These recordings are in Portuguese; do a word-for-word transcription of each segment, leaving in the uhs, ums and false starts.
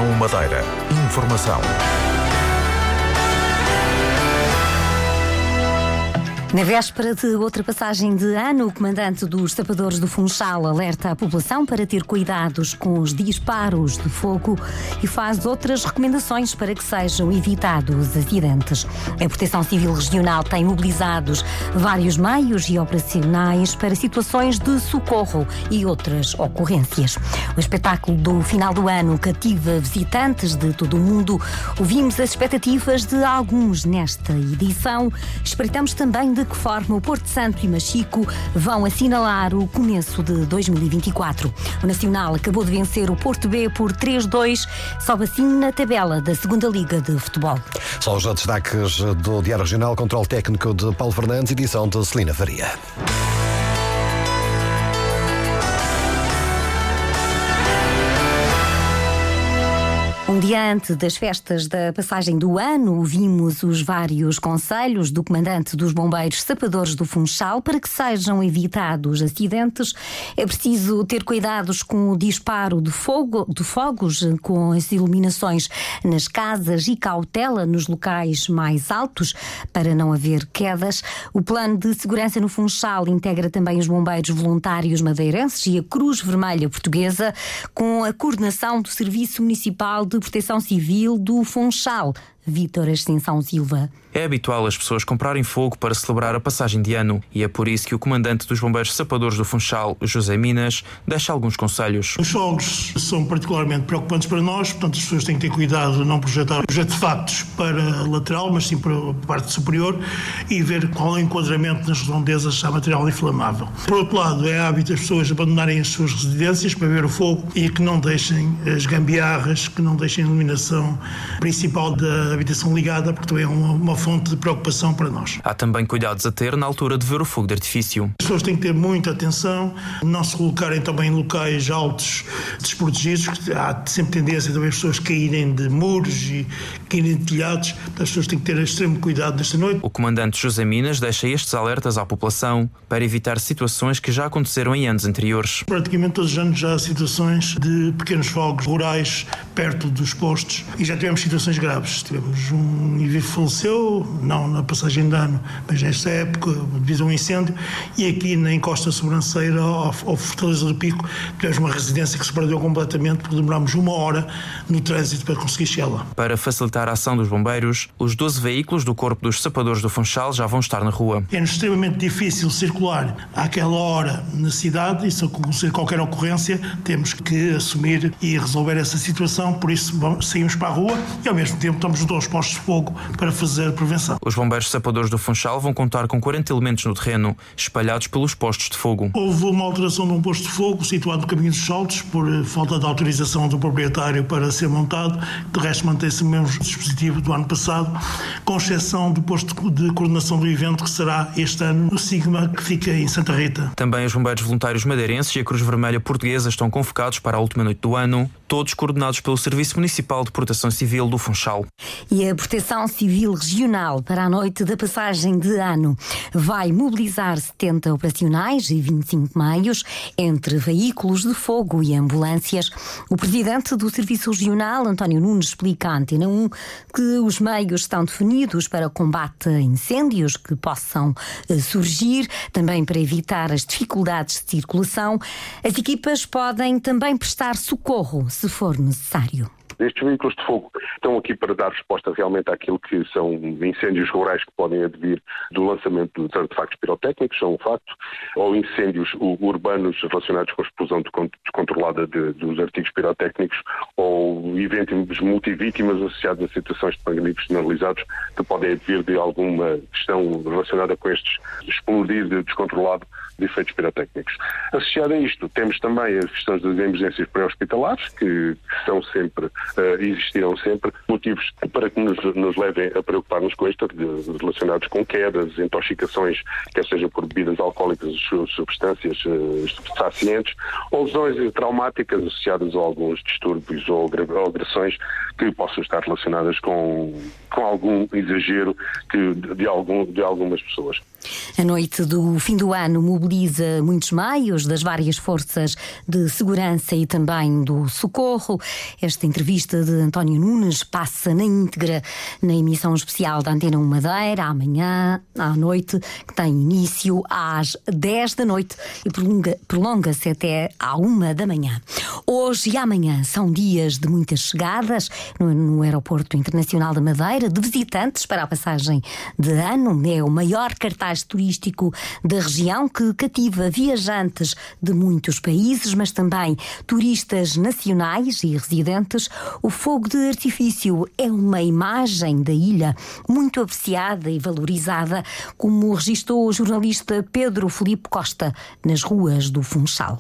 Antena um Madeira. Informação. Na véspera de outra passagem de ano, o comandante dos Sapadores do Funchal alerta a população para ter cuidados com os disparos de fogo e faz outras recomendações para que sejam evitados acidentes. A Proteção Civil Regional tem mobilizados vários meios e operacionais para situações de socorro e outras ocorrências. O espetáculo do final do ano cativa visitantes de todo o mundo. Ouvimos as expectativas de alguns nesta edição. Espreitamos também de De que forma o Porto Santo e Machico vão assinalar o começo de dois mil e vinte e quatro. O Nacional acabou de vencer o Porto B por três a dois, sobe assim na tabela da segunda Liga de Futebol. São os destaques do Diário Regional, controle técnico de Paulo Fernandes, edição de Celina Faria. Um dia antes das festas da passagem do ano, ouvimos os vários conselhos do comandante dos Bombeiros Sapadores do Funchal para que sejam evitados acidentes. É preciso ter cuidados com o disparo de, fogo, de fogos, com as iluminações nas casas e cautela nos locais mais altos para não haver quedas. O plano de segurança no Funchal integra também os bombeiros voluntários madeirenses e a Cruz Vermelha Portuguesa, com a coordenação do Serviço Municipal de Proteção Civil do Funchal. Vítor Ascensão Silva. É habitual as pessoas comprarem fogo para celebrar a passagem de ano e é por isso que o comandante dos Bombeiros Sapadores do Funchal, José Minas, deixa alguns conselhos. Os fogos são particularmente preocupantes para nós, portanto as pessoas têm que ter cuidado de não projetar os artefactos para a lateral, mas sim para a parte superior e ver qual é o enquadramento nas redondezas a material inflamável. Por outro lado, é hábito as pessoas abandonarem as suas residências para ver o fogo e que não deixem as gambiarras, que não deixem a iluminação principal da habitação ligada, porque também é uma, uma fonte de preocupação para nós. Há também cuidados a ter na altura de ver o fogo de artifício. As pessoas têm que ter muita atenção, não se colocarem também em locais altos desprotegidos, há sempre tendência também as pessoas caírem de muros e caírem de telhados, as pessoas têm que ter extremo cuidado nesta noite. O comandante José Minas deixa estes alertas à população para evitar situações que já aconteceram em anos anteriores. Praticamente todos os anos já há situações de pequenos fogos rurais perto dos postos e já tivemos situações graves. Tivemos um indivíduo que faleceu, não na passagem de ano, mas nesta época, devido a um incêndio, e aqui na encosta sobranceira, ao, ao Fortaleza do Pico, tivemos uma residência que se perdeu completamente porque demorámos uma hora no trânsito para conseguir chegar lá. Para facilitar a ação dos bombeiros, os doze veículos do Corpo dos Sapadores do Funchal já vão estar na rua. É extremamente difícil circular àquela hora na cidade e se acontecer qualquer ocorrência, temos que assumir e resolver essa situação, por isso saímos para a rua e ao mesmo tempo estamos junto aos postos de fogo para fazer prevenção. Os bombeiros sapadores do Funchal vão contar com quarenta elementos no terreno, espalhados pelos postos de fogo. Houve uma alteração de um posto de fogo situado no Caminho dos Saltos, por falta de autorização do proprietário para ser montado. De resto, mantém-se o mesmo dispositivo do ano passado, com exceção do posto de coordenação do evento, que será este ano no Sigma, que fica em Santa Rita. Também os bombeiros voluntários madeirenses e a Cruz Vermelha Portuguesa estão convocados para a última noite do ano, todos coordenados pelo Serviço Municipal de Proteção Civil do Funchal. E a Proteção Civil Regional, para a noite da passagem de ano, vai mobilizar setenta operacionais e vinte e cinco meios entre veículos de fogo e ambulâncias. O presidente do Serviço Regional, António Nunes, explica à Antena um que os meios estão definidos para combate a incêndios que possam surgir, também para evitar as dificuldades de circulação. As equipas podem também prestar socorro, se for necessário. Estes veículos de fogo estão aqui para dar resposta realmente àquilo que são incêndios rurais que podem advir do lançamento de artefactos pirotécnicos, são um facto, ou incêndios urbanos relacionados com a explosão descontrolada de, dos artigos pirotécnicos, ou eventos multivítimas associados a situações de pagamento generalizados que podem advir de alguma questão relacionada com estes explodir descontrolado de efeitos pirotécnicos. Associado a isto, temos também as questões das emergências pré-hospitalares, que são sempre, uh, existirão sempre, motivos para que nos, nos levem a preocupar-nos com isto, relacionados com quedas, intoxicações, quer sejam por bebidas alcoólicas, substâncias uh, estupefacientes, ou lesões traumáticas associadas a alguns distúrbios ou agressões que possam estar relacionadas com, com algum exagero que, de, algum, de algumas pessoas. A noite do fim do ano mobiliza muitos meios das várias forças de segurança e também do socorro. Esta entrevista entrevista de António Nunes passa na íntegra na emissão especial da Antena um Madeira, amanhã à noite, que tem início às dez da noite e prolonga, prolonga-se até à uma da manhã. Hoje e amanhã são dias de muitas chegadas no, no Aeroporto Internacional da Madeira, de visitantes para a passagem de ano. É o maior cartaz turístico da região, que cativa viajantes de muitos países, mas também turistas nacionais e residentes. O fogo de artifício é uma imagem da ilha muito apreciada e valorizada, como registou o jornalista Pedro Filipe Costa nas ruas do Funchal.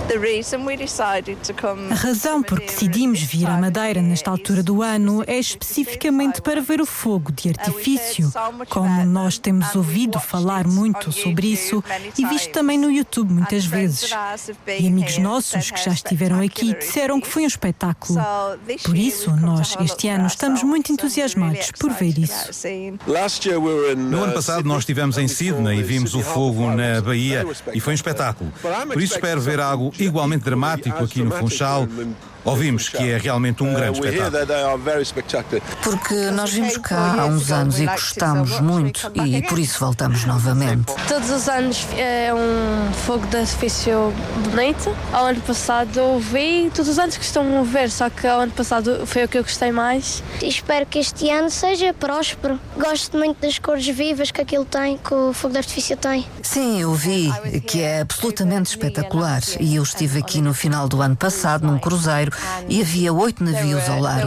A razão por que decidimos vir à Madeira nesta altura do ano é especificamente para ver o fogo de artifício. Como nós temos ouvido falar muito sobre isso e visto também no YouTube muitas vezes. E amigos nossos que já estiveram aqui disseram que foi um espetáculo. Por isso, nós este ano estamos muito entusiasmados por ver isso. No ano passado nós estivemos em Sydney e vimos o fogo na Baía e foi um espetáculo. Por isso espero ver algo igualmente dramático aqui no Funchal. Ouvimos que é realmente um grande espetáculo. Porque nós vimos cá há uns anos e gostamos muito e por isso voltamos novamente. Todos os anos é um fogo de artifício bonito. Ao ano passado vi, todos os anos costumo ver, só que ao ano passado foi o que eu gostei mais. Espero que este ano seja próspero. Gosto muito das cores vivas que aquilo tem, que o fogo de artifício tem. Sim, eu vi que é absolutamente espetacular e eu estive aqui no final do ano passado num cruzeiro e havia oito navios ao largo.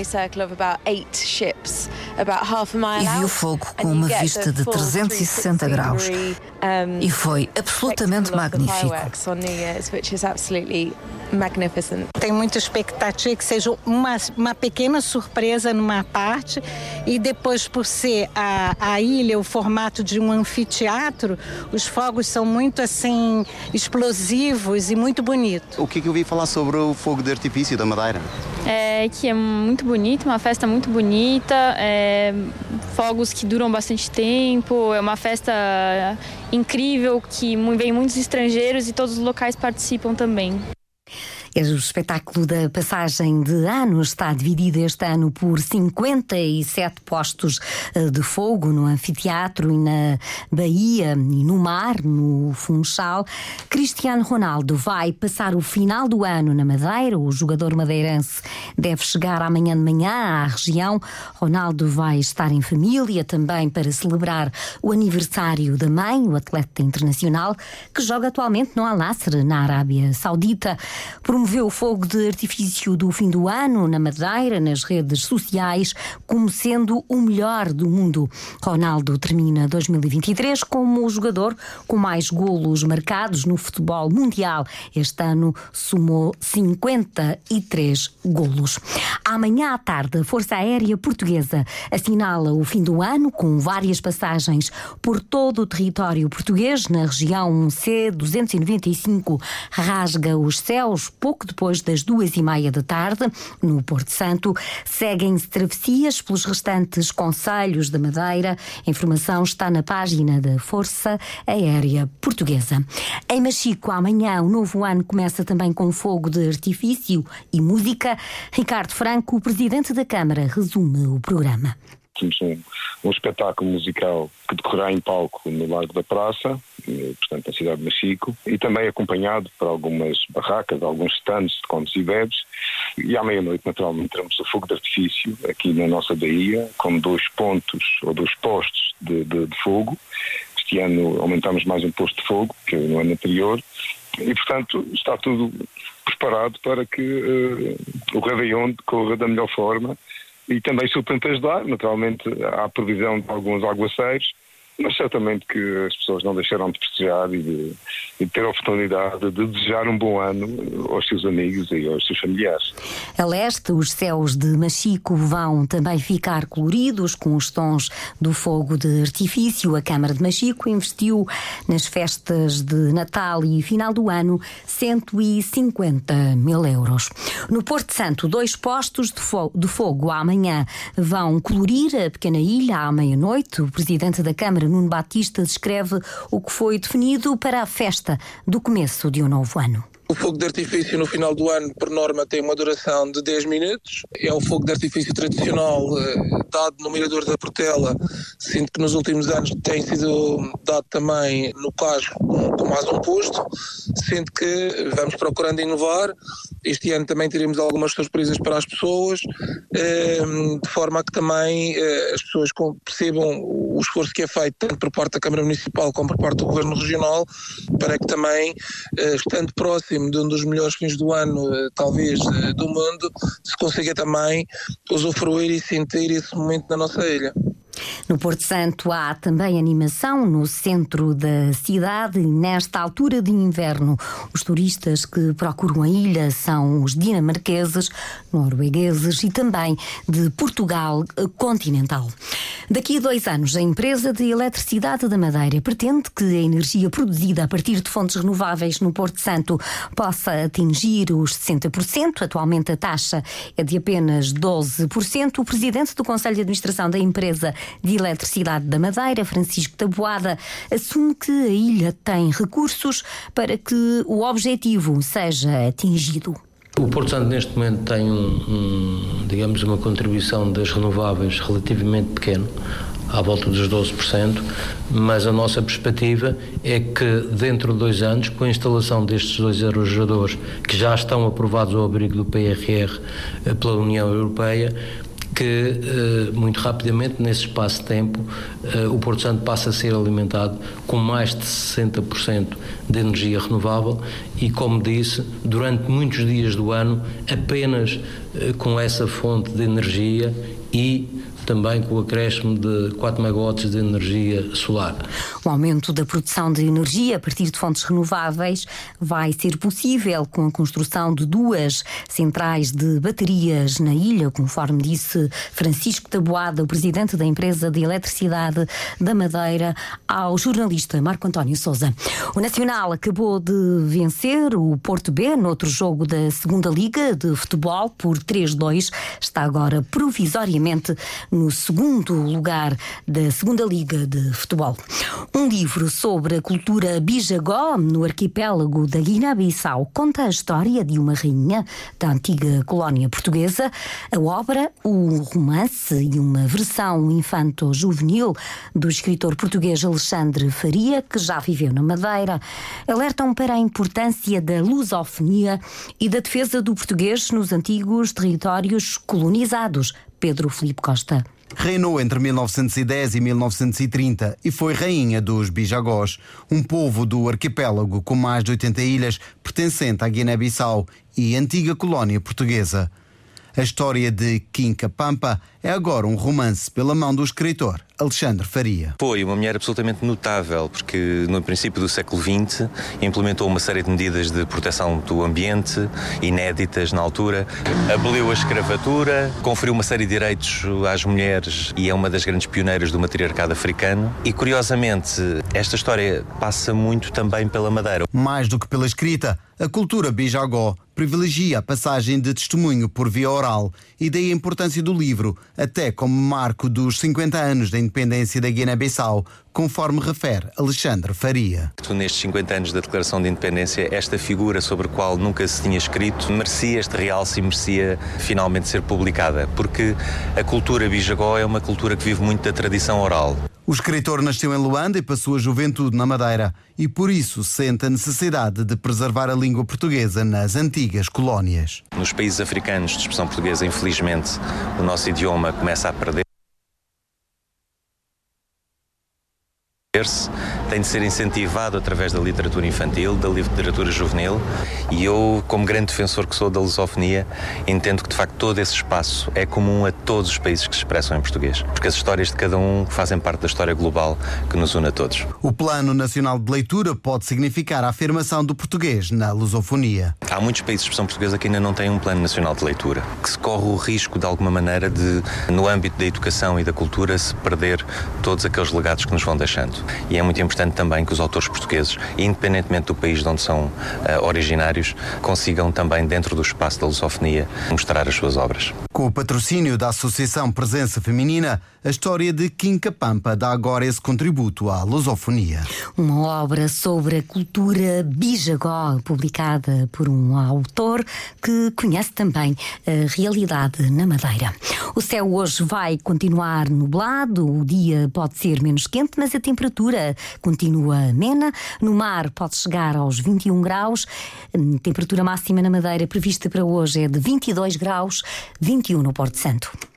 E vi o fogo com uma vista de trezentos e sessenta graus. E foi absolutamente magnífico. Tem muita expectativa que seja uma, uma pequena surpresa numa parte e depois, por ser a, a ilha, o formato de um anfiteatro, os fogos são muito assim explosivos e muito bonitos. O que é que eu ouvi falar sobre o fogo de artifício da Madeira? É que é muito bonito, uma festa muito bonita, é, fogos que duram bastante tempo, é uma festa incrível que vem muitos estrangeiros e todos os locais participam também. O espetáculo da passagem de ano está dividido este ano por cinquenta e sete postos de fogo no anfiteatro e na Baía e no mar, no Funchal. Cristiano Ronaldo vai passar o final do ano na Madeira. O jogador madeirense deve chegar amanhã de manhã à região. Ronaldo vai estar em família também para celebrar o aniversário da mãe, o atleta internacional, que joga atualmente no Al-Nassr, na Arábia Saudita. Promoveu o fogo de artifício do fim do ano na Madeira, nas redes sociais, como sendo o melhor do mundo. Ronaldo termina dois mil e vinte e três como o jogador com mais golos marcados no futebol mundial. Este ano somou cinquenta e três golos. Amanhã à tarde, a Força Aérea Portuguesa assinala o fim do ano com várias passagens por todo o território português. Na região C duzentos e noventa e cinco rasga os céus pouco depois das duas e meia da tarde. No Porto Santo seguem-se travessias pelos restantes concelhos da Madeira. A informação está na página da Força Aérea Portuguesa. Em Machico, amanhã o novo ano começa também com fogo de artifício e música. Ricardo Franco, o presidente da Câmara, resume o programa. Temos um, um espetáculo musical que decorrerá em palco no Largo da Praça, portanto na cidade de Machico, e também acompanhado por algumas barracas, alguns stands de contos e bebes. E à meia-noite, naturalmente, teremos o fogo de artifício aqui na nossa baía, com dois pontos ou dois postos de, de, de fogo. Este ano aumentamos mais um posto de fogo que no ano anterior. E, portanto, está tudo preparado para que uh, o Réveillon corra da melhor forma. E também sobretudo ajudar, naturalmente há a previsão de alguns aguaceiros, mas certamente que as pessoas não deixarão de festejar e de, e de ter a oportunidade de desejar um bom ano aos seus amigos e aos seus familiares. A leste, os céus de Machico vão também ficar coloridos com os tons do fogo de artifício. A Câmara de Machico investiu nas festas de Natal e final do ano cento e cinquenta mil euros. No Porto Santo, dois postos de fogo, de fogo amanhã vão colorir a pequena ilha à meia-noite. O presidente da Câmara, Nuno Batista, descreve o que foi definido para a festa do começo de um novo ano. O fogo de artifício no final do ano, por norma, tem uma duração de dez minutos. É o fogo de artifício tradicional dado no Mirador da Portela, sendo que nos últimos anos tem sido dado também no Casco com mais um posto, sendo que vamos procurando inovar. Este ano também teremos algumas surpresas para as pessoas, de forma a que também as pessoas percebam o esforço que é feito tanto por parte da Câmara Municipal como por parte do Governo Regional, para que também, estando próximo de um dos melhores fins do ano, talvez, do mundo, se consiga também usufruir e sentir esse momento na nossa ilha. No Porto Santo há também animação no centro da cidade. Nesta altura de inverno, os turistas que procuram a ilha são os dinamarqueses, noruegueses e também de Portugal continental. Daqui a dois anos, a empresa de eletricidade da Madeira pretende que a energia produzida a partir de fontes renováveis no Porto Santo possa atingir os sessenta por cento. Atualmente a taxa é de apenas doze por cento. O presidente do Conselho de Administração da empresa de Eletricidade da Madeira, Francisco Taboada, assume que a ilha tem recursos para que o objetivo seja atingido. O Porto Santo neste momento tem um, um, digamos, uma contribuição das renováveis relativamente pequena, à volta dos doze por cento, mas a nossa perspectiva é que dentro de dois anos, com a instalação destes dois aerogeradores que já estão aprovados ao abrigo do P R R pela União Europeia, que muito rapidamente, nesse espaço de tempo, o Porto Santo passa a ser alimentado com mais de sessenta por cento de energia renovável e, como disse, durante muitos dias do ano, apenas com essa fonte de energia e também com o acréscimo de quatro megawatts de energia solar. O aumento da produção de energia a partir de fontes renováveis vai ser possível com a construção de duas centrais de baterias na ilha, conforme disse Francisco Taboada, o presidente da empresa de eletricidade da Madeira, ao jornalista Marco António Sousa. O Nacional acabou de vencer o Porto B no outro jogo da segunda Liga de Futebol por três a dois. Está agora provisoriamente no segundo lugar da segunda Liga de Futebol. Um livro sobre a cultura bijagó no arquipélago da Guiné-Bissau conta a história de uma rainha da antiga colónia portuguesa. A obra, o romance e uma versão infanto-juvenil do escritor português Alexandre Faria, que já viveu na Madeira, alertam para a importância da lusofonia e da defesa do português nos antigos territórios colonizados. Pedro Filipe Costa. Reinou entre mil novecentos e dez e mil novecentos e trinta e foi rainha dos bijagós, um povo do arquipélago com mais de oitenta ilhas, pertencente à Guiné-Bissau e antiga colónia portuguesa. A história de Quinca Pampa é agora um romance pela mão do escritor Alexandre Faria. Foi uma mulher absolutamente notável, porque no princípio do século vinte implementou uma série de medidas de proteção do ambiente, inéditas na altura, aboliu a escravatura, conferiu uma série de direitos às mulheres e é uma das grandes pioneiras do matriarcado africano. E, curiosamente, esta história passa muito também pela Madeira. Mais do que pela escrita, a cultura bijagó privilegia a passagem de testemunho por via oral e daí a importância do livro, até como marco dos cinquenta anos da independência da Guiné-Bissau, conforme refere Alexandre Faria. Nestes cinquenta anos da Declaração de Independência, esta figura sobre a qual nunca se tinha escrito merecia este realce e merecia finalmente ser publicada, porque a cultura bijagó é uma cultura que vive muito da tradição oral. O escritor nasceu em Luanda e passou a juventude na Madeira e por isso sente a necessidade de preservar a língua portuguesa nas antigas colónias. Nos países africanos de expressão portuguesa, infelizmente, o nosso idioma começa a perder. Tem de ser incentivado através da literatura infantil, da literatura juvenil, e eu, como grande defensor que sou da lusofonia, entendo que de facto todo esse espaço é comum a todos os países que se expressam em português, porque as histórias de cada um fazem parte da história global que nos une a todos. O Plano Nacional de Leitura pode significar a afirmação do português na lusofonia. Há muitos países de expressão portuguesa que ainda não têm um Plano Nacional de Leitura, que se corre o risco de alguma maneira de, no âmbito da educação e da cultura, se perder todos aqueles legados que nos vão deixando. Portanto, e é muito importante também que os autores portugueses, independentemente do país de onde são uh, originários, consigam também, dentro do espaço da lusofonia, mostrar as suas obras. Com o patrocínio da Associação Presença Feminina, a história de Quinca Pampa dá agora esse contributo à lusofonia. Uma obra sobre a cultura bijagó, publicada por um autor que conhece também a realidade na Madeira. O céu hoje vai continuar nublado, o dia pode ser menos quente, mas a temperatura continua amena. No mar pode chegar aos vinte e um graus. A temperatura máxima na Madeira prevista para hoje é de vinte e dois graus, vinte e um no Porto Santo.